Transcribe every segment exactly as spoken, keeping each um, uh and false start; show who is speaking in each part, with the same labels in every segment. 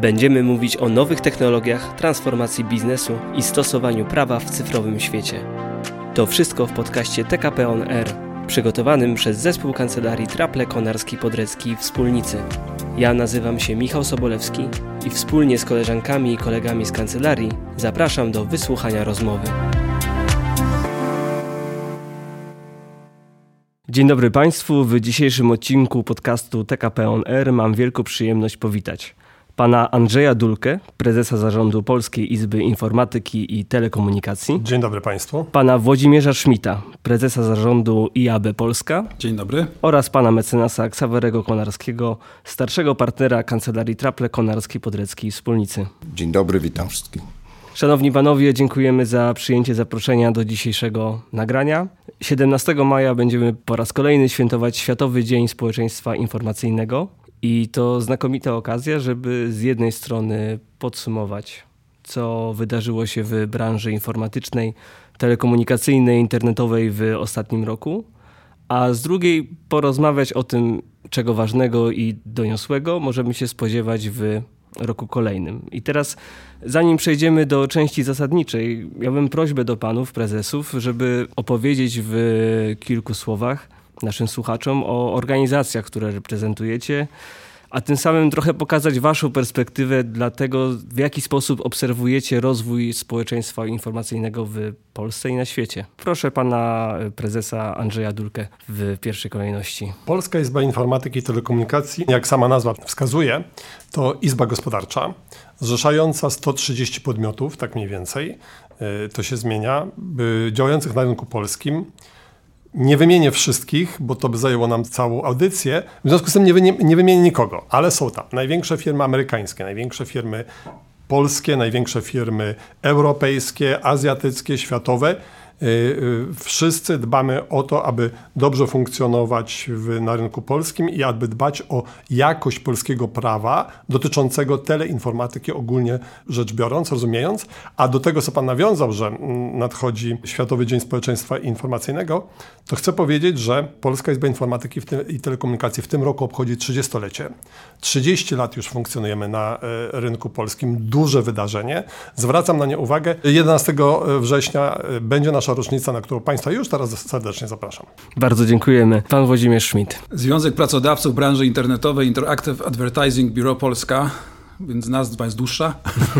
Speaker 1: Będziemy mówić o nowych technologiach, transformacji biznesu i stosowaniu prawa w cyfrowym świecie. To wszystko w podcaście T K P On Air, przygotowanym przez zespół kancelarii Traple Konarski-Podrecki i Wspólnicy. Ja nazywam się Michał Sobolewski i wspólnie z koleżankami i kolegami z kancelarii zapraszam do wysłuchania rozmowy. Dzień dobry Państwu. W dzisiejszym odcinku podcastu T K P On Air mam wielką przyjemność powitać pana Andrzeja Dulkę, prezesa zarządu Polskiej Izby Informatyki i Telekomunikacji.
Speaker 2: Dzień dobry Państwu.
Speaker 1: Pana Włodzimierza Schmidta, prezesa zarządu I A B Polska.
Speaker 3: Dzień dobry.
Speaker 1: Oraz pana mecenasa Ksawerego Konarskiego, starszego partnera kancelarii Traple Konarski-Podrecki i Wspólnicy.
Speaker 4: Dzień dobry, witam wszystkich.
Speaker 1: Szanowni panowie, dziękujemy za przyjęcie zaproszenia do dzisiejszego nagrania. siedemnastego maja będziemy po raz kolejny świętować Światowy Dzień Społeczeństwa Informacyjnego. I to znakomita okazja, żeby z jednej strony podsumować, co wydarzyło się w branży informatycznej, telekomunikacyjnej, internetowej w ostatnim roku, a z drugiej porozmawiać o tym, czego ważnego i doniosłego możemy się spodziewać w roku kolejnym. I teraz, zanim przejdziemy do części zasadniczej, ja bym prośbę do panów prezesów, żeby opowiedzieć w kilku słowach naszym słuchaczom o organizacjach, które reprezentujecie, a tym samym trochę pokazać waszą perspektywę dla tego, w jaki sposób obserwujecie rozwój społeczeństwa informacyjnego w Polsce i na świecie. Proszę pana prezesa Andrzeja Dulkę w pierwszej kolejności.
Speaker 2: Polska Izba Informatyki i Telekomunikacji, jak sama nazwa wskazuje, to izba gospodarcza zrzeszająca sto trzydzieści podmiotów, tak mniej więcej, to się zmienia, działających na rynku polskim. Nie wymienię wszystkich, bo to by zajęło nam całą audycję. W związku z tym nie, wy, nie, nie wymienię nikogo, ale są tam największe firmy amerykańskie, największe firmy polskie, największe firmy europejskie, azjatyckie, światowe. Wszyscy dbamy o to, aby dobrze funkcjonować w, na rynku polskim i aby dbać o jakość polskiego prawa dotyczącego teleinformatyki ogólnie rzecz biorąc, rozumiejąc. A do tego, co pan nawiązał, że nadchodzi Światowy Dzień Społeczeństwa Informacyjnego, to chcę powiedzieć, że Polska Izba Informatyki w tym, i Telekomunikacji w tym roku obchodzi trzydziestolecie. trzydzieści lat już funkcjonujemy na y, rynku polskim. Duże wydarzenie. Zwracam na nie uwagę. jedenastego września będzie nasza rocznica, na którą Państwa już teraz serdecznie zapraszam.
Speaker 1: Bardzo dziękujemy. Pan Włodzimierz Schmidt.
Speaker 3: Związek Pracodawców Branży Internetowej Interactive Advertising Bureau Polska, więc nazwa jest dłuższa.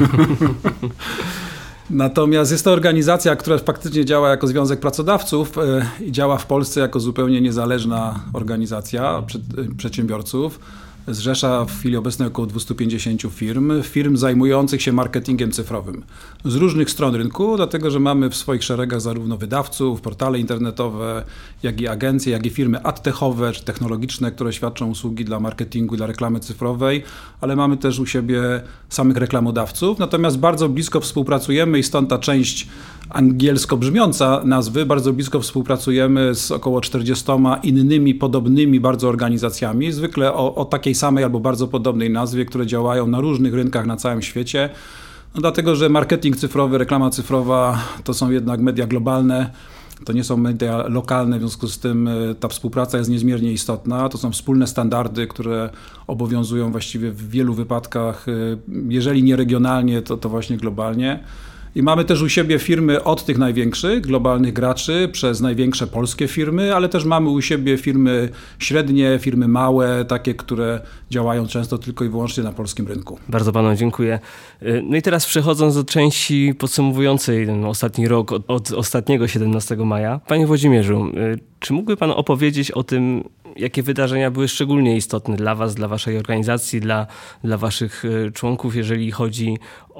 Speaker 3: Natomiast jest to organizacja, która faktycznie działa jako Związek Pracodawców i działa w Polsce jako zupełnie niezależna organizacja przedsiębiorców. Zrzesza w chwili obecnej około dwieście pięćdziesiąt firm, firm zajmujących się marketingiem cyfrowym z różnych stron rynku, dlatego że mamy w swoich szeregach zarówno wydawców, portale internetowe, jak i agencje, jak i firmy adtechowe czy technologiczne, które świadczą usługi dla marketingu i dla reklamy cyfrowej, ale mamy też u siebie samych reklamodawców, natomiast bardzo blisko współpracujemy i stąd ta część angielsko brzmiąca nazwy, bardzo blisko współpracujemy z około czterdziestoma innymi podobnymi bardzo organizacjami, zwykle o, o takiej samej albo bardzo podobnej nazwie, które działają na różnych rynkach na całym świecie. No dlatego, że marketing cyfrowy, reklama cyfrowa to są jednak media globalne, to nie są media lokalne, w związku z tym ta współpraca jest niezmiernie istotna. To są wspólne standardy, które obowiązują właściwie w wielu wypadkach, jeżeli nie regionalnie, to, to właśnie globalnie. I mamy też u siebie firmy od tych największych globalnych graczy przez największe polskie firmy, ale też mamy u siebie firmy średnie, firmy małe, takie, które działają często tylko i wyłącznie na polskim rynku.
Speaker 1: Bardzo panu dziękuję. No i teraz przechodząc do części podsumowującej ten ostatni rok od, od ostatniego siedemnastego maja. Panie Włodzimierzu, czy mógłby pan opowiedzieć o tym, jakie wydarzenia były szczególnie istotne dla was, dla waszej organizacji, dla, dla waszych członków, jeżeli chodzi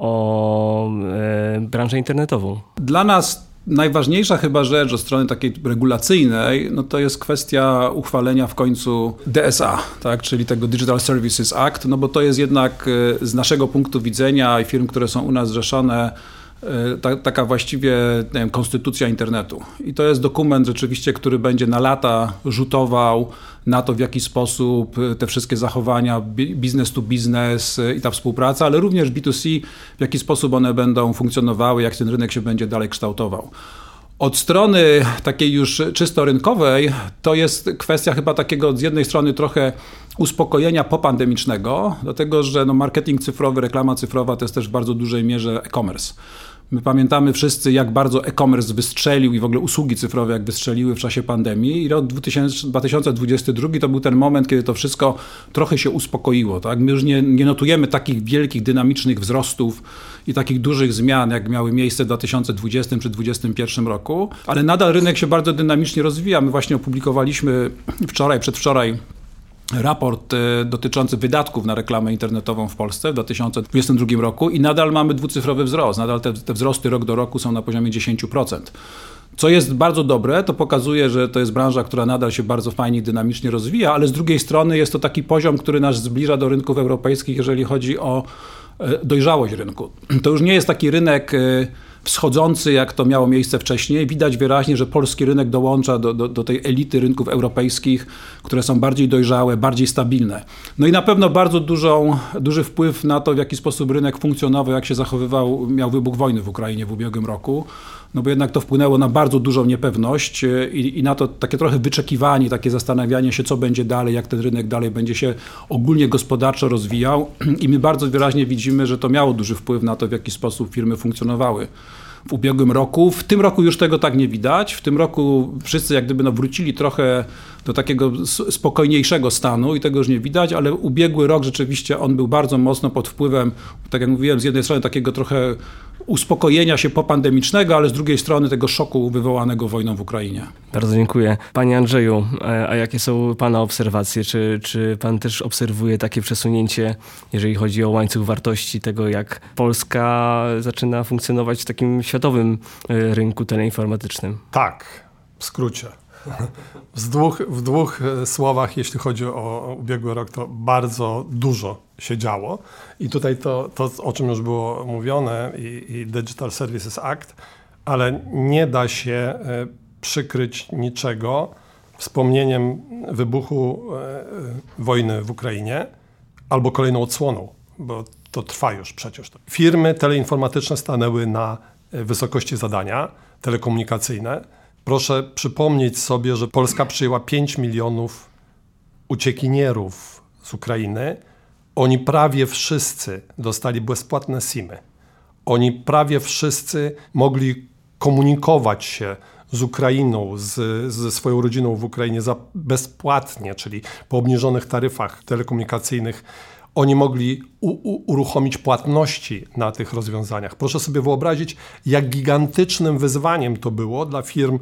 Speaker 1: o e, branżę internetową?
Speaker 3: Dla nas najważniejsza chyba rzecz od strony takiej regulacyjnej, no to jest kwestia uchwalenia w końcu D S A, tak, czyli tego Digital Services Act, no bo to jest jednak z naszego punktu widzenia i firm, które są u nas zrzeszone, Ta, taka właściwie nie wiem, konstytucja internetu. I to jest dokument rzeczywiście, który będzie na lata rzutował na to, w jaki sposób te wszystkie zachowania business to business i ta współpraca, ale również B dwa C, w jaki sposób one będą funkcjonowały, jak ten rynek się będzie dalej kształtował. Od strony takiej już czysto rynkowej to jest kwestia chyba takiego z jednej strony trochę uspokojenia popandemicznego, dlatego że no marketing cyfrowy, reklama cyfrowa to jest też w bardzo dużej mierze e-commerce. My pamiętamy wszyscy, jak bardzo e-commerce wystrzelił i w ogóle usługi cyfrowe jak wystrzeliły w czasie pandemii i rok dwa tysiące dwudziesty drugi to był ten moment, kiedy to wszystko trochę się uspokoiło. Tak? My już nie, nie notujemy takich wielkich, dynamicznych wzrostów i takich dużych zmian, jak miały miejsce w dwa tysiące dwudziestym czy dwa tysiące dwudziestym pierwszym roku, ale nadal rynek się bardzo dynamicznie rozwija. My właśnie opublikowaliśmy wczoraj, przedwczoraj raport dotyczący wydatków na reklamę internetową w Polsce w dwa tysiące dwudziestym drugim roku i nadal mamy dwucyfrowy wzrost. Nadal te, te wzrosty rok do roku są na poziomie dziesięć procent. Co jest bardzo dobre, to pokazuje, że to jest branża, która nadal się bardzo fajnie, dynamicznie rozwija, ale z drugiej strony jest to taki poziom, który nas zbliża do rynków europejskich, jeżeli chodzi o dojrzałość rynku. To już nie jest taki rynek wschodzący, jak to miało miejsce wcześniej. Widać wyraźnie, że polski rynek dołącza do, do, do tej elity rynków europejskich, które są bardziej dojrzałe, bardziej stabilne. No i na pewno bardzo dużą, duży wpływ na to, w jaki sposób rynek funkcjonował, jak się zachowywał, miał wybuch wojny w Ukrainie w ubiegłym roku. No bo jednak to wpłynęło na bardzo dużą niepewność i, i na to takie trochę wyczekiwanie, takie zastanawianie się, co będzie dalej, jak ten rynek dalej będzie się ogólnie gospodarczo rozwijał. I my bardzo wyraźnie widzimy, że to miało duży wpływ na to, w jaki sposób firmy funkcjonowały w ubiegłym roku. W tym roku już tego tak nie widać. W tym roku wszyscy jak gdyby no wrócili trochę do takiego spokojniejszego stanu i tego już nie widać, ale ubiegły rok rzeczywiście on był bardzo mocno pod wpływem, tak jak mówiłem, z jednej strony takiego trochę uspokojenia się popandemicznego, ale z drugiej strony tego szoku wywołanego wojną w Ukrainie.
Speaker 1: Bardzo dziękuję. Panie Andrzeju, a jakie są Pana obserwacje? Czy, czy Pan też obserwuje takie przesunięcie, jeżeli chodzi o łańcuch wartości, tego jak Polska zaczyna funkcjonować w takim światowym rynku teleinformatycznym?
Speaker 2: Tak, w skrócie. W dwóch, w dwóch słowach, jeśli chodzi o ubiegły rok, to bardzo dużo się działo. I tutaj to, to o czym już było mówione, i, i Digital Services Act, ale nie da się przykryć niczego wspomnieniem wybuchu wojny w Ukrainie albo kolejną odsłoną, bo to trwa już przecież. Firmy teleinformatyczne stanęły na wysokości zadania telekomunikacyjne. Proszę przypomnieć sobie, że Polska przyjęła pięć milionów uciekinierów z Ukrainy. Oni prawie wszyscy dostali bezpłatne simy. Oni prawie wszyscy mogli komunikować się z Ukrainą, z, ze swoją rodziną w Ukrainie za bezpłatnie, czyli po obniżonych taryfach telekomunikacyjnych. Oni mogli u, u, uruchomić płatności na tych rozwiązaniach. Proszę sobie wyobrazić, jak gigantycznym wyzwaniem to było dla firm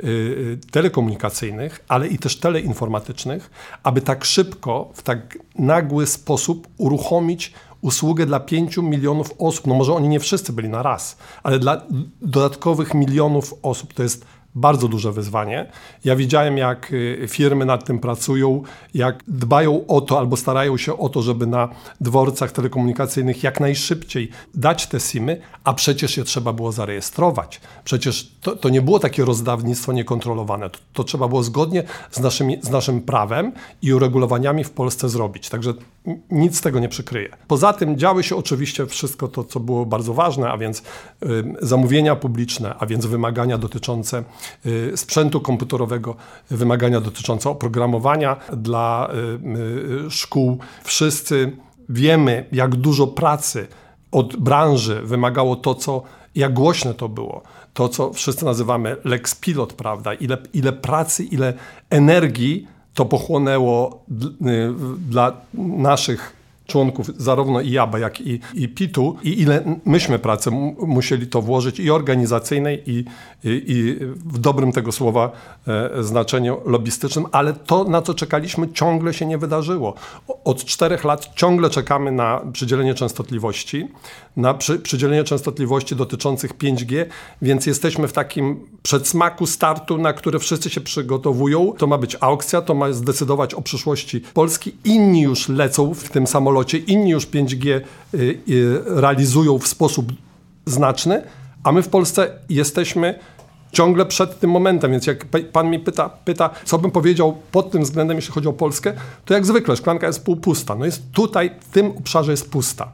Speaker 2: y, telekomunikacyjnych, ale i też teleinformatycznych, aby tak szybko, w tak nagły sposób uruchomić usługę dla pięciu milionów osób. No może oni nie wszyscy byli na raz, ale dla dodatkowych milionów osób. To jest bardzo duże wyzwanie. Ja widziałem, jak firmy nad tym pracują, jak dbają o to albo starają się o to, żeby na dworcach telekomunikacyjnych jak najszybciej dać te simy, a przecież je trzeba było zarejestrować. Przecież to, to nie było takie rozdawnictwo niekontrolowane. To, to trzeba było zgodnie z, naszymi, z naszym prawem i uregulowaniami w Polsce zrobić. Także nic z tego nie przykryje. Poza tym działy się oczywiście wszystko to, co było bardzo ważne, a więc y, zamówienia publiczne, a więc wymagania dotyczące sprzętu komputerowego, wymagania dotyczące oprogramowania dla y, y, szkół. Wszyscy wiemy, jak dużo pracy od branży wymagało to, co, jak głośne to było. To, co wszyscy nazywamy Lex Pilot, prawda? Ile, ile pracy, ile energii to pochłonęło d, y, dla naszych członków, zarówno i Jaba, jak i, i pitu, i ile myśmy pracy m- musieli to włożyć i organizacyjnej, i, i, i w dobrym tego słowa e, znaczeniu lobbystycznym, ale to, na co czekaliśmy, ciągle się nie wydarzyło. O, od czterech lat ciągle czekamy na przydzielenie częstotliwości, na przy, przydzielenie częstotliwości dotyczących pięć G, więc jesteśmy w takim przedsmaku startu, na który wszyscy się przygotowują. To ma być aukcja, to ma zdecydować o przyszłości Polski. Inni już lecą w tym samolocie, inni już pięć G y, y, realizują w sposób znaczny, a my w Polsce jesteśmy ciągle przed tym momentem, więc jak pan mi pyta, pyta, co bym powiedział pod tym względem, jeśli chodzi o Polskę, to jak zwykle szklanka jest półpusta. No jest tutaj, w tym obszarze jest pusta.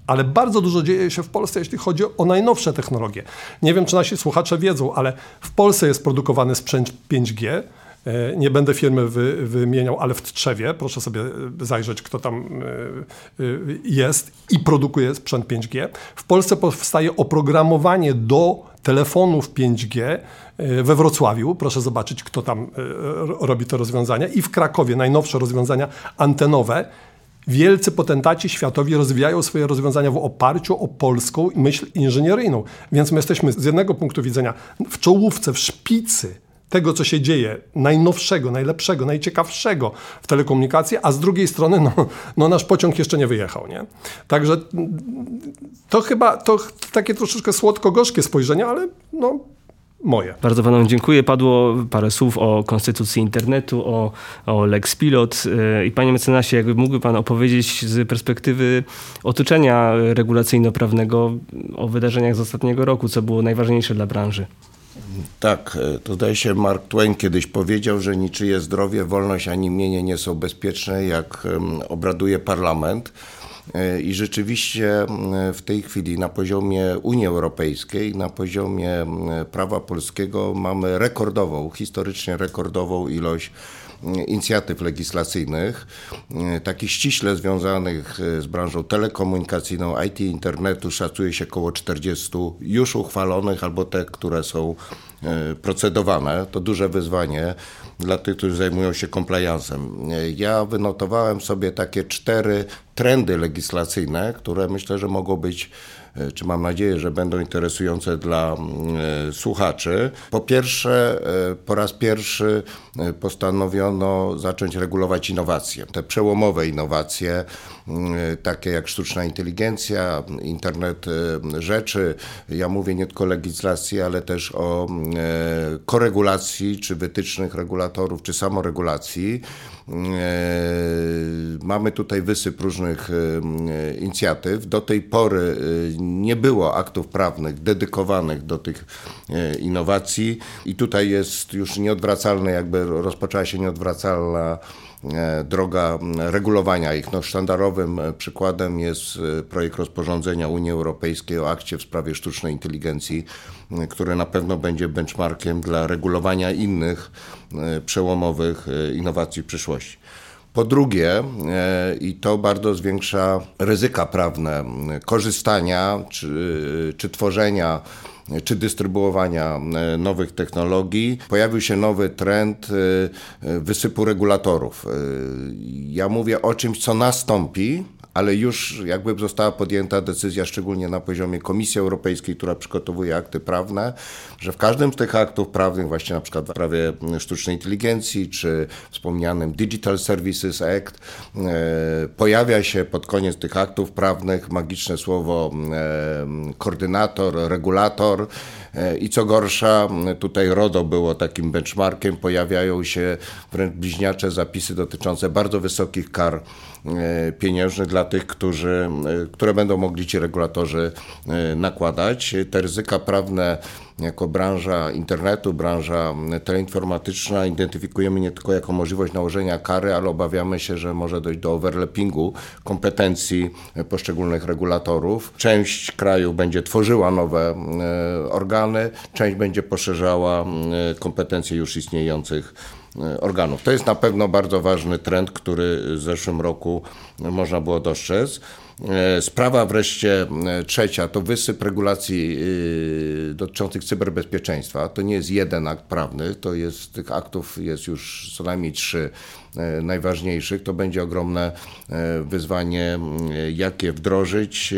Speaker 2: ale bardzo dużo dzieje się w Polsce, jeśli chodzi o najnowsze technologie. Nie wiem, czy nasi słuchacze wiedzą, ale w Polsce jest produkowany sprzęt pięć G. Nie będę firmy wy, wymieniał, ale w Tczewie, proszę sobie zajrzeć, kto tam jest i produkuje sprzęt pięć G. W Polsce powstaje oprogramowanie do telefonów pięć G we Wrocławiu. Proszę zobaczyć, kto tam robi te rozwiązania. I w Krakowie najnowsze rozwiązania antenowe. Wielcy potentaci światowi rozwijają swoje rozwiązania w oparciu o polską myśl inżynieryjną. Więc my jesteśmy z jednego punktu widzenia w czołówce, w szpicy tego, co się dzieje, najnowszego, najlepszego, najciekawszego w telekomunikacji, a z drugiej strony no, no nasz pociąg jeszcze nie wyjechał, nie? Także to chyba to takie troszeczkę słodko-gorzkie spojrzenie, ale no moje.
Speaker 1: Bardzo panom dziękuję. Padło parę słów o konstytucji internetu, o, o Lex Pilot. I panie mecenasie, jakby mógłby pan opowiedzieć z perspektywy otoczenia regulacyjno-prawnego o wydarzeniach z ostatniego roku, co było najważniejsze dla branży?
Speaker 4: Tak, to zdaje się Mark Twain kiedyś powiedział, że niczyje zdrowie, wolność ani mienie nie są bezpieczne, jak obraduje parlament. I rzeczywiście w tej chwili na poziomie Unii Europejskiej, na poziomie prawa polskiego mamy rekordową, historycznie rekordową ilość inicjatyw legislacyjnych, takich ściśle związanych z branżą telekomunikacyjną, I T, internetu, szacuje się około czterdzieści już uchwalonych albo te, które są procedowane. To duże wyzwanie dla tych, którzy zajmują się compliance'em. Ja wynotowałem sobie takie cztery trendy legislacyjne, które myślę, że mogą być, czy mam nadzieję, że będą interesujące dla e, słuchaczy. Po pierwsze, e, po raz pierwszy postanowiono zacząć regulować innowacje. Te przełomowe innowacje, e, takie jak sztuczna inteligencja, internet e, rzeczy. Ja mówię nie tylko o legislacji, ale też o e, koregulacji, czy wytycznych regulatorów, czy samoregulacji. Mamy tutaj wysyp różnych inicjatyw. Do tej pory nie było aktów prawnych dedykowanych do tych innowacji i tutaj jest już nieodwracalne, jakby rozpoczęła się nieodwracalna droga regulowania ich. No, sztandarowym przykładem jest projekt rozporządzenia Unii Europejskiej o akcie w sprawie sztucznej inteligencji, który na pewno będzie benchmarkiem dla regulowania innych przełomowych innowacji w przyszłości. Po drugie, i to bardzo zwiększa ryzyka prawne korzystania czy, czy tworzenia czy dystrybuowania nowych technologii, pojawił się nowy trend wysypu regulatorów. Ja mówię o czymś, co nastąpi, ale już jakby została podjęta decyzja, szczególnie na poziomie Komisji Europejskiej, która przygotowuje akty prawne, że w każdym z tych aktów prawnych, właśnie na przykład w sprawie sztucznej inteligencji, czy wspomnianym Digital Services Act, e, pojawia się pod koniec tych aktów prawnych magiczne słowo e, koordynator, regulator e, i co gorsza, tutaj RODO było takim benchmarkiem, pojawiają się wręcz bliźniacze zapisy dotyczące bardzo wysokich kar pieniężnych dla tych, którzy, które będą mogli ci regulatorzy nakładać. Te ryzyka prawne jako branża internetu, branża teleinformatyczna identyfikujemy nie tylko jako możliwość nałożenia kary, ale obawiamy się, że może dojść do overlappingu kompetencji poszczególnych regulatorów. Część krajów będzie tworzyła nowe organy, część będzie poszerzała kompetencje już istniejących organów. To jest na pewno bardzo ważny trend, który w zeszłym roku można było dostrzec. Sprawa wreszcie trzecia to wysyp regulacji dotyczących cyberbezpieczeństwa. To nie jest jeden akt prawny, to jest, tych aktów jest już co najmniej trzy najważniejszych. To będzie ogromne wyzwanie, jak je wdrożyć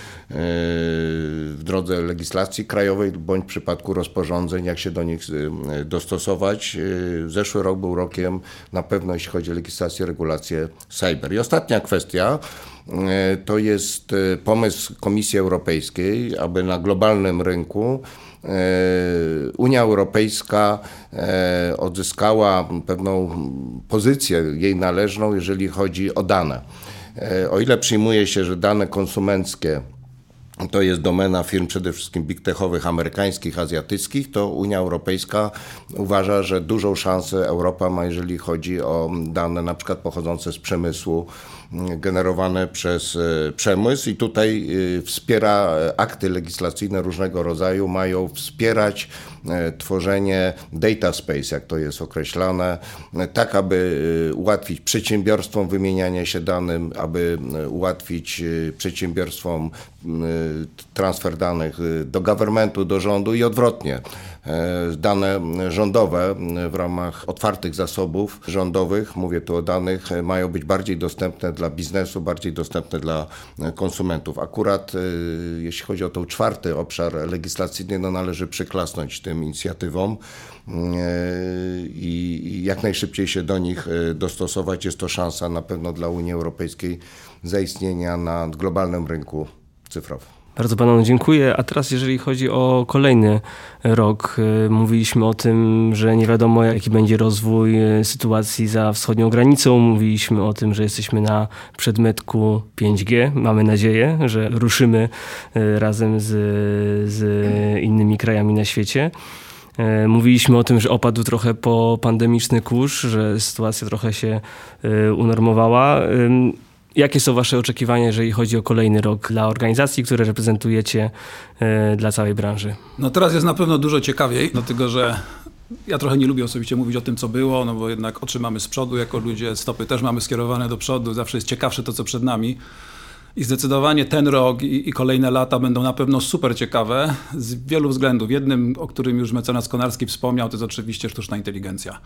Speaker 4: w drodze legislacji krajowej bądź w przypadku rozporządzeń, jak się do nich dostosować. Zeszły rok był rokiem na pewno, jeśli chodzi o legislację, regulację cyber. I ostatnia kwestia to jest pomysł Komisji Europejskiej, aby na globalnym rynku Unia Europejska odzyskała pewną pozycję jej należną, jeżeli chodzi o dane. O ile przyjmuje się, że dane konsumenckie to jest domena firm przede wszystkim big techowych, amerykańskich, azjatyckich, to Unia Europejska uważa, że dużą szansę Europa ma, jeżeli chodzi o dane na przykład pochodzące z przemysłu, generowane przez przemysł i tutaj wspiera akty legislacyjne różnego rodzaju, mają wspierać tworzenie data space, jak to jest określane, tak aby ułatwić przedsiębiorstwom wymienianie się danym, aby ułatwić przedsiębiorstwom transfer danych do governmentu, do rządu i odwrotnie. Dane rządowe w ramach otwartych zasobów rządowych, mówię tu o danych, mają być bardziej dostępne dla biznesu, bardziej dostępne dla konsumentów. Akurat jeśli chodzi o ten czwarty obszar legislacyjny, no należy przyklasnąć tym inicjatywom i jak najszybciej się do nich dostosować. Jest to szansa na pewno dla Unii Europejskiej zaistnienia na globalnym rynku cyfrowym.
Speaker 1: Bardzo Panu dziękuję. A teraz jeżeli chodzi o kolejny rok, mówiliśmy o tym, że nie wiadomo jaki będzie rozwój sytuacji za wschodnią granicą. Mówiliśmy o tym, że jesteśmy na przedmetku pięć G. Mamy nadzieję, że ruszymy razem z, z innymi krajami na świecie. Mówiliśmy o tym, że opadł trochę po pandemiczny kurz, że sytuacja trochę się unormowała. Jakie są Wasze oczekiwania, jeżeli chodzi o kolejny rok dla organizacji, które reprezentujecie, dla całej branży?
Speaker 3: No teraz jest na pewno dużo ciekawiej, dlatego że ja trochę nie lubię osobiście mówić o tym, co było, no bo jednak oczy mamy z przodu jako ludzie, stopy też mamy skierowane do przodu, zawsze jest ciekawsze to, co przed nami. I zdecydowanie ten rok i, i kolejne lata będą na pewno super ciekawe z wielu względów. Jednym, o którym już mecenas Konarski wspomniał, to jest oczywiście sztuczna inteligencja.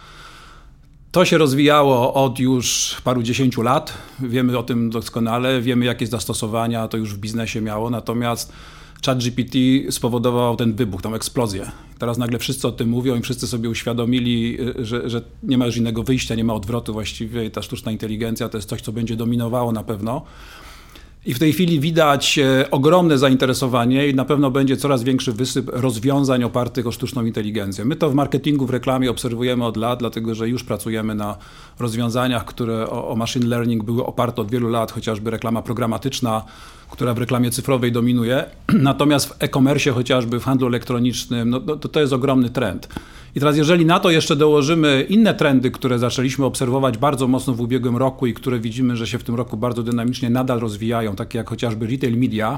Speaker 3: To się rozwijało od już paru dziesięciu lat, wiemy o tym doskonale, wiemy jakie zastosowania to już w biznesie miało, natomiast ChatGPT spowodował ten wybuch, tą eksplozję. Teraz nagle wszyscy o tym mówią i wszyscy sobie uświadomili, że, że nie ma już innego wyjścia, nie ma odwrotu właściwie i ta sztuczna inteligencja to jest coś, co będzie dominowało na pewno. I w tej chwili widać ogromne zainteresowanie i na pewno będzie coraz większy wysyp rozwiązań opartych o sztuczną inteligencję. My to w marketingu, w reklamie obserwujemy od lat, dlatego że już pracujemy na rozwiązaniach, które o, o machine learning były oparte od wielu lat, chociażby reklama programatyczna, która w reklamie cyfrowej dominuje. Natomiast w e-commerce, chociażby w handlu elektronicznym, no, to, to jest ogromny trend. I teraz jeżeli na to jeszcze dołożymy inne trendy, które zaczęliśmy obserwować bardzo mocno w ubiegłym roku i które widzimy, że się w tym roku bardzo dynamicznie nadal rozwijają, takie jak chociażby retail media.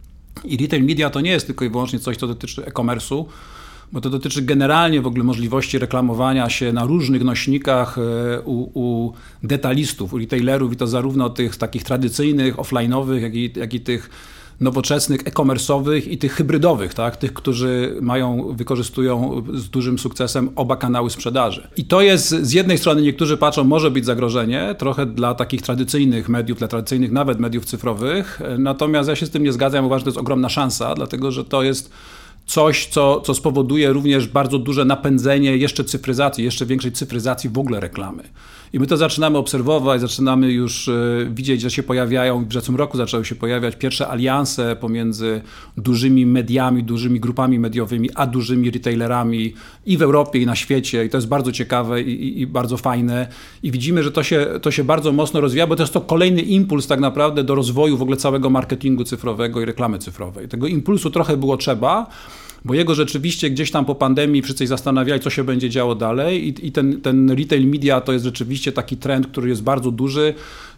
Speaker 3: I retail media to nie jest tylko i wyłącznie coś, co dotyczy e-commerce'u, bo to dotyczy generalnie w ogóle możliwości reklamowania się na różnych nośnikach u, u detalistów, u retailerów i to zarówno tych takich tradycyjnych, offline'owych, jak i, jak i tych nowoczesnych, e-commerce'owych i tych hybrydowych, tak? Tych, którzy mają, wykorzystują z dużym sukcesem oba kanały sprzedaży. I to jest z jednej strony, niektórzy patrzą, może być zagrożenie trochę dla takich tradycyjnych mediów, dla tradycyjnych nawet mediów cyfrowych, natomiast ja się z tym nie zgadzam, uważam, że to jest ogromna szansa, dlatego że to jest coś, co, co spowoduje również bardzo duże napędzenie jeszcze cyfryzacji, jeszcze większej cyfryzacji w ogóle reklamy. I my to zaczynamy obserwować, zaczynamy już widzieć, że się pojawiają, w zeszłym roku zaczęły się pojawiać pierwsze alianse pomiędzy dużymi mediami, dużymi grupami mediowymi, a dużymi retailerami i w Europie, i na świecie. I to jest bardzo ciekawe i, i, i bardzo fajne. I widzimy, że to się, to się bardzo mocno rozwija, bo to jest to kolejny impuls tak naprawdę do rozwoju w ogóle całego marketingu cyfrowego i reklamy cyfrowej. Tego impulsu trochę było trzeba, bo jego rzeczywiście gdzieś tam po pandemii wszyscy się zastanawiali, co się będzie działo dalej i, i ten, ten retail media to jest rzeczywiście taki trend, który jest bardzo duży,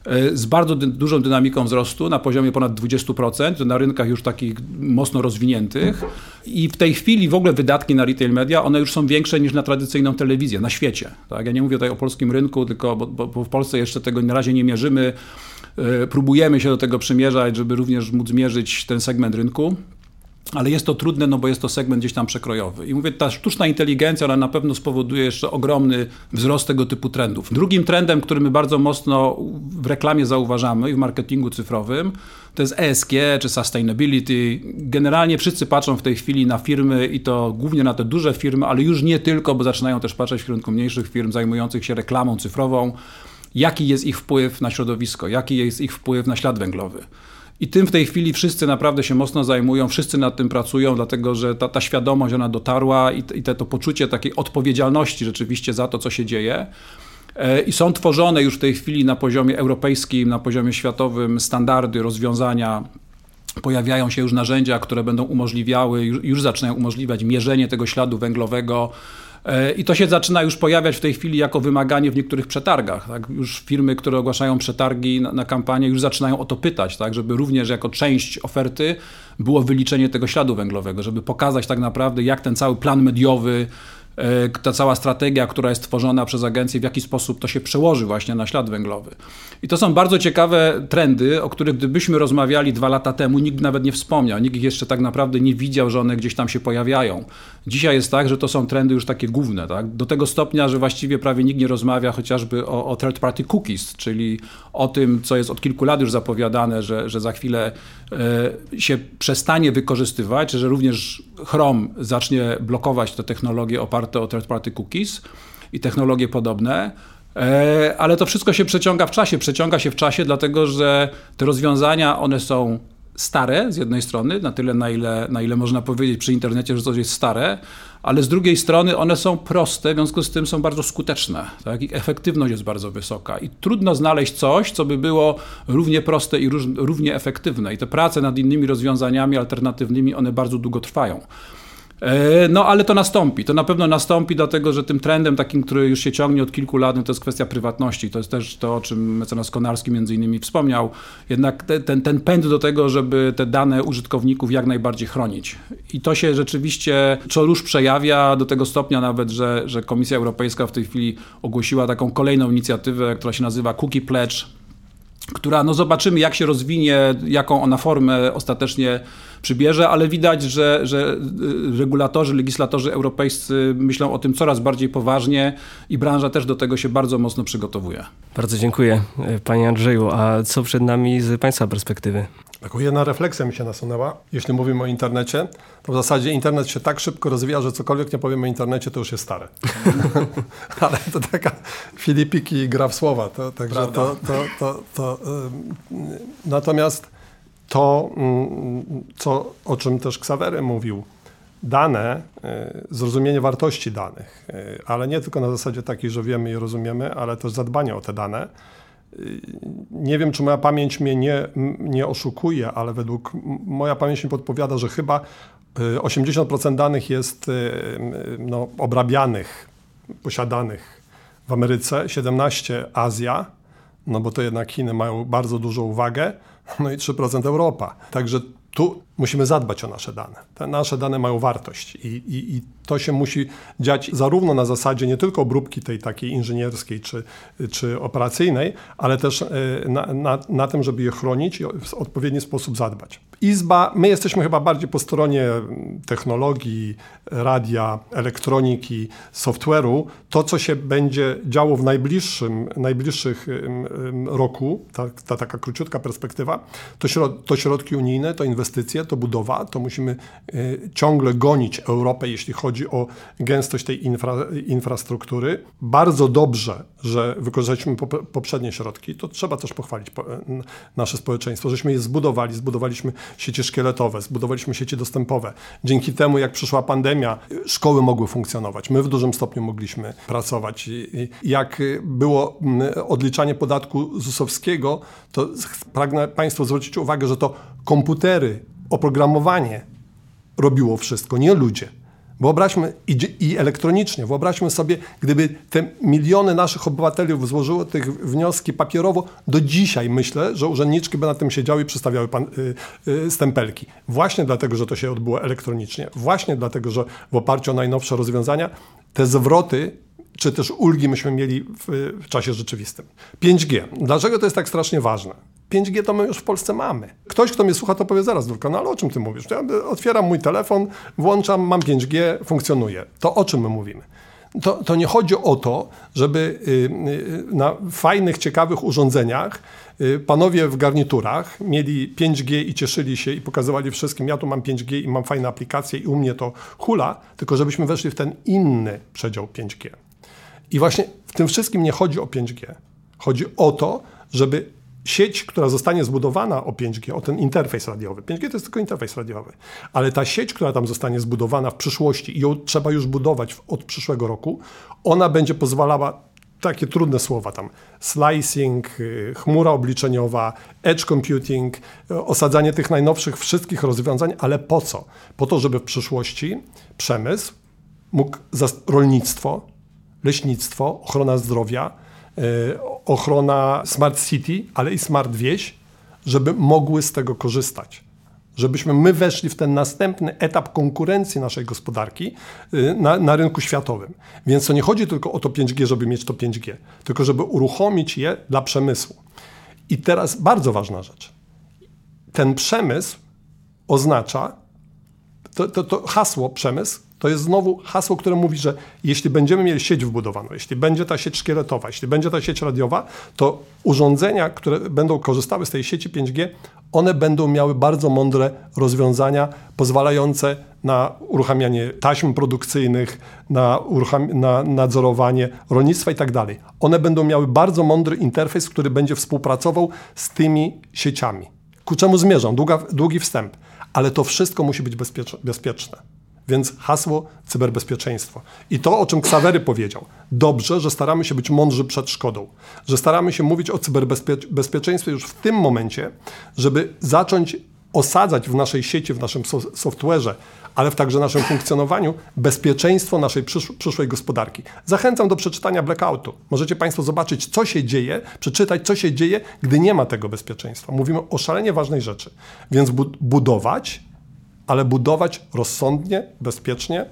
Speaker 3: z bardzo dy, dużą dynamiką wzrostu na poziomie ponad dwadzieścia procent, na rynkach już takich mocno rozwiniętych i w tej chwili w ogóle wydatki na retail media, one już są większe niż na tradycyjną telewizję, na świecie. Tak? Ja nie mówię tutaj o polskim rynku, tylko bo, bo, bo w Polsce jeszcze tego na razie nie mierzymy, próbujemy się do tego przymierzać, żeby również móc mierzyć ten segment rynku. Ale jest to trudne, no bo jest to segment gdzieś tam przekrojowy. I mówię, ta sztuczna inteligencja, ona na pewno spowoduje jeszcze ogromny wzrost tego typu trendów. Drugim trendem, który my bardzo mocno w reklamie zauważamy i w marketingu cyfrowym, to jest E S G czy sustainability. Generalnie wszyscy patrzą w tej chwili na firmy i to głównie na te duże firmy, ale już nie tylko, bo zaczynają też patrzeć w kierunku mniejszych firm zajmujących się reklamą cyfrową. Jaki jest ich wpływ na środowisko, jaki jest ich wpływ na ślad węglowy. I tym w tej chwili wszyscy naprawdę się mocno zajmują, wszyscy nad tym pracują, dlatego że ta, ta świadomość, ona dotarła i, i te, to poczucie takiej odpowiedzialności rzeczywiście za to, co się dzieje. I są tworzone już w tej chwili na poziomie europejskim, na poziomie światowym standardy, rozwiązania Pojawiają się już narzędzia, które będą umożliwiały, już, już zaczynają umożliwiać mierzenie tego śladu węglowego. I to się zaczyna już pojawiać w tej chwili jako wymaganie w niektórych przetargach. Tak? Już firmy, które ogłaszają przetargi na, na kampanię, już zaczynają o to pytać, tak? Żeby również jako część oferty było wyliczenie tego śladu węglowego, żeby pokazać tak naprawdę, jak ten cały plan mediowy, ta cała strategia, która jest tworzona przez agencję, w jaki sposób to się przełoży właśnie na ślad węglowy. I to są bardzo ciekawe trendy, o których gdybyśmy rozmawiali dwa lata temu, nikt nawet nie wspomniał, nikt ich jeszcze tak naprawdę nie widział, że one gdzieś tam się pojawiają. Dzisiaj jest tak, że to są trendy już takie główne, tak? Do tego stopnia, że właściwie prawie nikt nie rozmawia chociażby o, o third party cookies, czyli o tym, co jest od kilku lat już zapowiadane, że, że za chwilę y, się przestanie wykorzystywać, że również Chrome zacznie blokować te technologie oparte o third party cookies i technologie podobne. Ale to wszystko się przeciąga w czasie. Przeciąga się w czasie, dlatego że te rozwiązania, one są stare z jednej strony, na tyle, na ile, na ile można powiedzieć przy internecie, że coś jest stare, ale z drugiej strony one są proste, w związku z tym są bardzo skuteczne. Tak? Ich efektywność jest bardzo wysoka i trudno znaleźć coś, co by było równie proste i róż, równie efektywne. I te prace nad innymi rozwiązaniami alternatywnymi, one bardzo długo trwają. No ale to nastąpi, to na pewno nastąpi, dlatego że tym trendem takim, który już się ciągnie od kilku lat, no to jest kwestia prywatności. To jest też to, o czym mecenas Konarski między innymi wspomniał. Jednak te, ten, ten pęd do tego, żeby te dane użytkowników jak najbardziej chronić. I to się rzeczywiście co rusz przejawia do tego stopnia nawet, że, że Komisja Europejska w tej chwili ogłosiła taką kolejną inicjatywę, która się nazywa Cookie Pledge, która, no zobaczymy jak się rozwinie, jaką ona formę ostatecznie przybierze, ale widać, że, że regulatorzy, legislatorzy europejscy myślą o tym coraz bardziej poważnie i branża też do tego się bardzo mocno przygotowuje.
Speaker 1: Bardzo dziękuję, panie Andrzeju. A co przed nami z państwa perspektywy?
Speaker 2: Taką jedna refleksja mi się nasunęła. Jeśli mówimy o internecie, to w zasadzie internet się tak szybko rozwija, że cokolwiek nie powiemy o internecie, to już jest stare. Ale to taka filipiki i gra w słowa. To, także to, to, to, to, yy, natomiast to, yy, co, o czym też Ksawery mówił, dane, yy, zrozumienie wartości danych, yy, ale nie tylko na zasadzie takiej, że wiemy i rozumiemy, ale też zadbanie o te dane. Nie wiem, czy moja pamięć mnie nie, nie oszukuje, ale według moja pamięć mi podpowiada, że chyba osiemdziesiąt procent danych jest no, obrabianych, posiadanych w Ameryce, siedemnaście procent Azja, no bo to jednak Chiny mają bardzo dużą uwagę, no i trzy procent Europa. Także tu musimy zadbać o nasze dane. Te nasze dane mają wartość i, i, i to się musi dziać zarówno na zasadzie nie tylko obróbki tej takiej inżynierskiej czy, czy operacyjnej, ale też na, na, na tym, żeby je chronić i w odpowiedni sposób zadbać. Izba, my jesteśmy chyba bardziej po stronie technologii, radia, elektroniki, software'u. To, co się będzie działo w najbliższym, najbliższych roku, ta, ta taka króciutka perspektywa, to, środ, to środki unijne, to inwestycje, to budowa, to musimy y, ciągle gonić Europę, jeśli chodzi o gęstość tej infra, infrastruktury. Bardzo dobrze, że wykorzystaliśmy pop, poprzednie środki, to trzeba też pochwalić po, y, nasze społeczeństwo, żeśmy je zbudowali, zbudowaliśmy sieci szkieletowe, zbudowaliśmy sieci dostępowe. Dzięki temu, jak przyszła pandemia, szkoły mogły funkcjonować. My w dużym stopniu mogliśmy pracować. I, i jak było odliczanie podatku zusowskiego, to pragnę Państwu zwrócić uwagę, że to komputery, oprogramowanie robiło wszystko, nie ludzie. Wyobraźmy, i, i elektronicznie, wyobraźmy sobie, gdyby te miliony naszych obywateli złożyły tych wnioski papierowo, do dzisiaj myślę, że urzędniczki by na tym siedziały i przystawiały pan, y, y, stempelki. Właśnie dlatego, że to się odbyło elektronicznie. Właśnie dlatego, że w oparciu o najnowsze rozwiązania te zwroty czy też ulgi myśmy mieli w, w czasie rzeczywistym. pięć G. Dlaczego to jest tak strasznie ważne? pięć G to my już w Polsce mamy. Ktoś, kto mnie słucha, to powie zaraz, Dulka, no ale o czym ty mówisz? Ja otwieram mój telefon, włączam, mam pięć G, funkcjonuje. To o czym my mówimy? To, to nie chodzi o to, żeby y, y, na fajnych, ciekawych urządzeniach y, panowie w garniturach mieli pięć G i cieszyli się i pokazywali wszystkim, ja tu mam pięć G i mam fajne aplikacje i u mnie to hula, tylko żebyśmy weszli w ten inny przedział pięć G. I właśnie w tym wszystkim nie chodzi o pięć G. Chodzi o to, żeby sieć, która zostanie zbudowana o pięć G, o ten interfejs radiowy. pięć G to jest tylko interfejs radiowy. Ale ta sieć, która tam zostanie zbudowana w przyszłości i ją trzeba już budować od przyszłego roku, ona będzie pozwalała takie trudne słowa tam, slicing, chmura obliczeniowa, edge computing, osadzanie tych najnowszych wszystkich rozwiązań, ale po co? Po to, żeby w przyszłości przemysł mógł, rolnictwo, leśnictwo, ochrona zdrowia, yy, ochrona smart city, ale i smart wieś, żeby mogły z tego korzystać. Żebyśmy my weszli w ten następny etap konkurencji naszej gospodarki yy, na, na rynku światowym. Więc to nie chodzi tylko o to pięć G, żeby mieć to pięć G, tylko żeby uruchomić je dla przemysłu. I teraz bardzo ważna rzecz. Ten przemysł oznacza, to, to, to hasło przemysł, to jest znowu hasło, które mówi, że jeśli będziemy mieli sieć wbudowaną, jeśli będzie ta sieć szkieletowa, jeśli będzie ta sieć radiowa, to urządzenia, które będą korzystały z tej sieci pięć G, one będą miały bardzo mądre rozwiązania pozwalające na uruchamianie taśm produkcyjnych, na, urucham- na nadzorowanie rolnictwa i tak dalej. One będą miały bardzo mądry interfejs, który będzie współpracował z tymi sieciami. Ku czemu zmierzam? Długa, długi wstęp. Ale to wszystko musi być bezpiecz- bezpieczne. Więc hasło cyberbezpieczeństwo. I to, o czym Ksawery powiedział. Dobrze, że staramy się być mądrzy przed szkodą. Że staramy się mówić o cyberbezpieczeństwie już w tym momencie, żeby zacząć osadzać w naszej sieci, w naszym so- software'ze, ale w także naszym funkcjonowaniu bezpieczeństwo naszej przysz- przyszłej gospodarki. Zachęcam do przeczytania Blackoutu. Możecie Państwo zobaczyć, co się dzieje, przeczytać, co się dzieje, gdy nie ma tego bezpieczeństwa. Mówimy o szalenie ważnej rzeczy. Więc bu- budować, ale budować rozsądnie, bezpiecznie,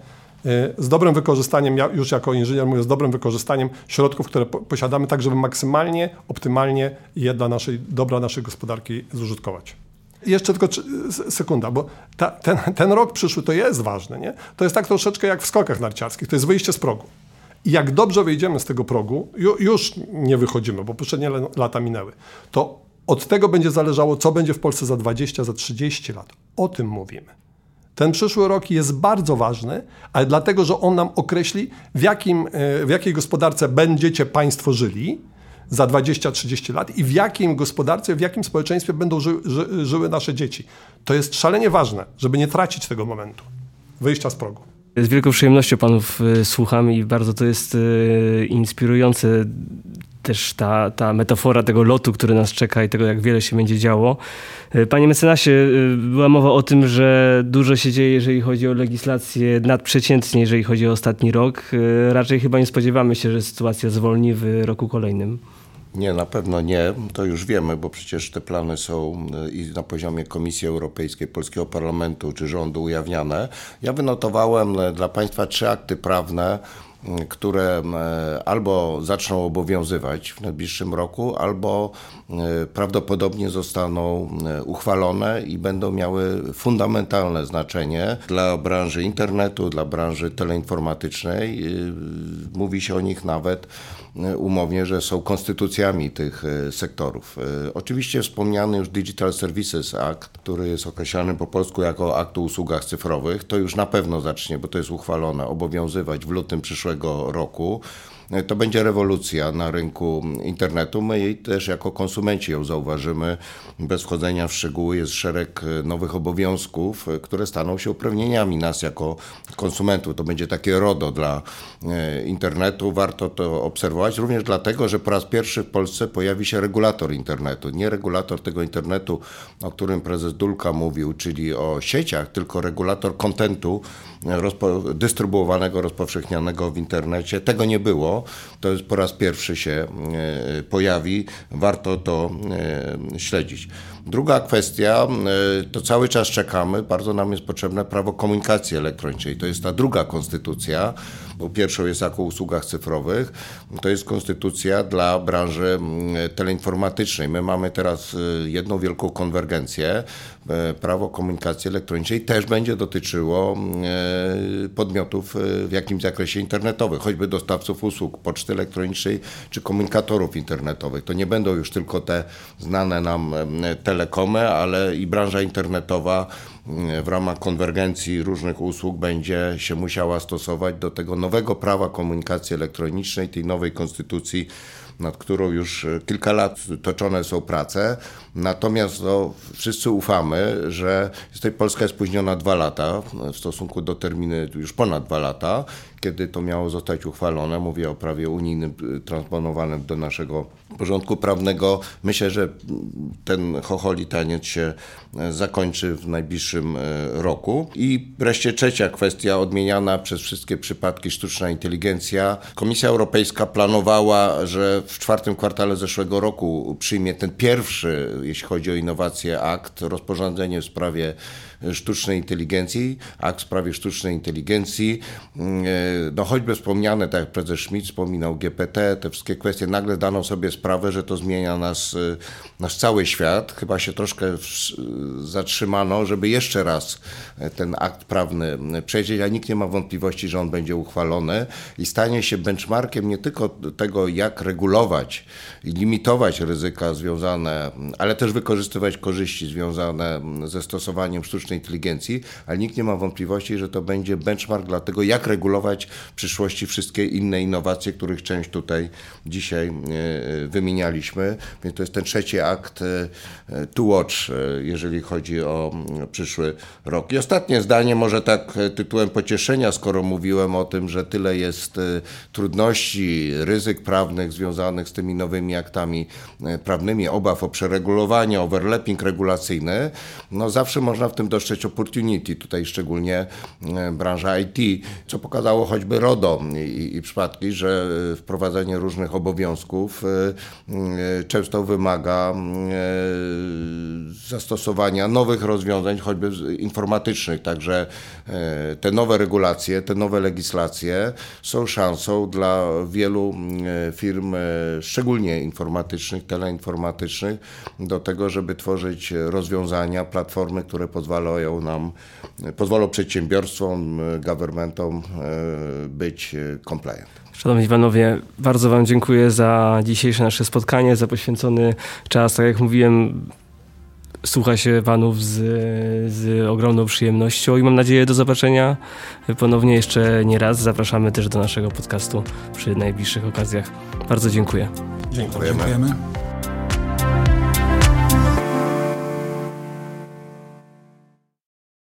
Speaker 2: z dobrym wykorzystaniem, ja już jako inżynier mówię, z dobrym wykorzystaniem środków, które po- posiadamy, tak żeby maksymalnie, optymalnie je dla naszej, dobra naszej gospodarki zużytkować. I jeszcze tylko sekunda, bo ta, ten, ten rok przyszły to jest ważny, nie? To jest tak troszeczkę jak w skokach narciarskich, to jest wyjście z progu. I jak dobrze wyjdziemy z tego progu, ju, już nie wychodzimy, bo poprzednie lata minęły, to od tego będzie zależało, co będzie w Polsce za dwadzieścia, za trzydzieści lat. O tym mówimy. Ten przyszły rok jest bardzo ważny, ale dlatego, że on nam określi, w, jakim, w jakiej gospodarce będziecie Państwo żyli za dwadzieścia trzydzieści lat i w jakiej gospodarce, w jakim społeczeństwie będą ży, ży, żyły nasze dzieci. To jest szalenie ważne, żeby nie tracić tego momentu wyjścia z progu.
Speaker 1: Z wielką przyjemnością panów słucham i bardzo to jest inspirujące. Też ta, ta metafora tego lotu, który nas czeka i tego, jak wiele się będzie działo. Panie mecenasie, była mowa o tym, że dużo się dzieje, jeżeli chodzi o legislację nadprzeciętnie, jeżeli chodzi o ostatni rok. Raczej chyba nie spodziewamy się, że sytuacja zwolni w roku kolejnym.
Speaker 4: Nie, na pewno nie. To już wiemy, bo przecież te plany są i na poziomie Komisji Europejskiej, Polskiego Parlamentu czy rządu ujawniane. Ja wynotowałem dla Państwa trzy akty prawne, które albo zaczną obowiązywać w najbliższym roku, albo prawdopodobnie zostaną uchwalone i będą miały fundamentalne znaczenie dla branży internetu, dla branży teleinformatycznej. Mówi się o nich nawet umownie, że są konstytucjami tych sektorów. Oczywiście wspomniany już Digital Services Act, który jest określany po polsku jako Akt o usługach cyfrowych, to już na pewno zacznie, bo to jest uchwalone, obowiązywać w lutym przyszłego roku. To będzie rewolucja na rynku internetu. My jej też jako konsumenci ją zauważymy. Bez wchodzenia w szczegóły jest szereg nowych obowiązków, które staną się uprawnieniami nas jako konsumentów. To będzie takie RODO dla internetu. Warto to obserwować również dlatego, że po raz pierwszy w Polsce pojawi się regulator internetu. Nie regulator tego internetu, o którym prezes Dulka mówił, czyli o sieciach, tylko regulator kontentu rozpo- dystrybuowanego, rozpowszechnianego w internecie. Tego nie było. To jest po raz pierwszy się e, pojawi. Warto to e, śledzić. Druga kwestia, e, to cały czas czekamy. Bardzo nam jest potrzebne prawo komunikacji elektronicznej. To jest ta druga konstytucja, bo pierwszą jest Akt o usługach cyfrowych. To jest konstytucja dla branży teleinformatycznej. My mamy teraz jedną wielką konwergencję. Prawo komunikacji elektronicznej też będzie dotyczyło podmiotów w jakimś zakresie internetowych, choćby dostawców usług poczty elektronicznej czy komunikatorów internetowych. To nie będą już tylko te znane nam telekomy, ale i branża internetowa w ramach konwergencji różnych usług będzie się musiała stosować do tego nowego prawa komunikacji elektronicznej, tej nowej konstytucji, nad którą już kilka lat toczone są prace. Natomiast no, wszyscy ufamy, że tutaj Polska jest spóźniona dwa lata w stosunku do terminu już ponad dwa lata, kiedy to miało zostać uchwalone. Mówię o prawie unijnym transponowanym do naszego porządku prawnego. Myślę, że ten chocholi taniec się zakończy w najbliższym roku. I wreszcie trzecia kwestia, odmieniana przez wszystkie przypadki sztuczna inteligencja. Komisja Europejska planowała, że w czwartym kwartale zeszłego roku przyjmie ten pierwszy, jeśli chodzi o innowacje, akt, rozporządzenie w sprawie sztucznej inteligencji, akt w sprawie sztucznej inteligencji. No choćby wspomniane, tak jak prezes Schmidt wspominał, G P T, te wszystkie kwestie, nagle dano sobie sprawę, że to zmienia nas, nasz cały świat. Chyba się troszkę zatrzymano, żeby jeszcze raz ten akt prawny przejrzeć, a nikt nie ma wątpliwości, że on będzie uchwalony i stanie się benchmarkiem nie tylko tego, jak regulować i limitować ryzyka związane, ale też wykorzystywać korzyści związane ze stosowaniem sztucznej inteligencji, ale nikt nie ma wątpliwości, że to będzie benchmark dla tego, jak regulować w przyszłości wszystkie inne innowacje, których część tutaj dzisiaj wymienialiśmy. Więc to jest ten trzeci akt to watch, jeżeli chodzi o przyszły rok. I ostatnie zdanie, może tak tytułem pocieszenia, skoro mówiłem o tym, że tyle jest trudności, ryzyk prawnych związanych z tymi nowymi aktami prawnymi, obaw o przeregulowanie, overlapping regulacyjny, no zawsze można w tym dostrzec opportunity, tutaj szczególnie branża I T, co pokazało choćby RODO i, i przypadki, że wprowadzenie różnych obowiązków często wymaga zastosowania nowych rozwiązań, choćby informatycznych, także te nowe regulacje, te nowe legislacje są szansą dla wielu firm, szczególnie informatycznych, teleinformatycznych, do tego, żeby tworzyć rozwiązania, platformy, które pozwalają nam, pozwolą przedsiębiorstwom, governmentom być compliant.
Speaker 1: Szanowni panowie, bardzo wam dziękuję za dzisiejsze nasze spotkanie, za poświęcony czas. Tak jak mówiłem, słucha się panów z, z ogromną przyjemnością i mam nadzieję do zobaczenia ponownie jeszcze nie raz. Zapraszamy też do naszego podcastu przy najbliższych okazjach. Bardzo dziękuję.
Speaker 2: Dziękujemy.
Speaker 3: Dziękujemy.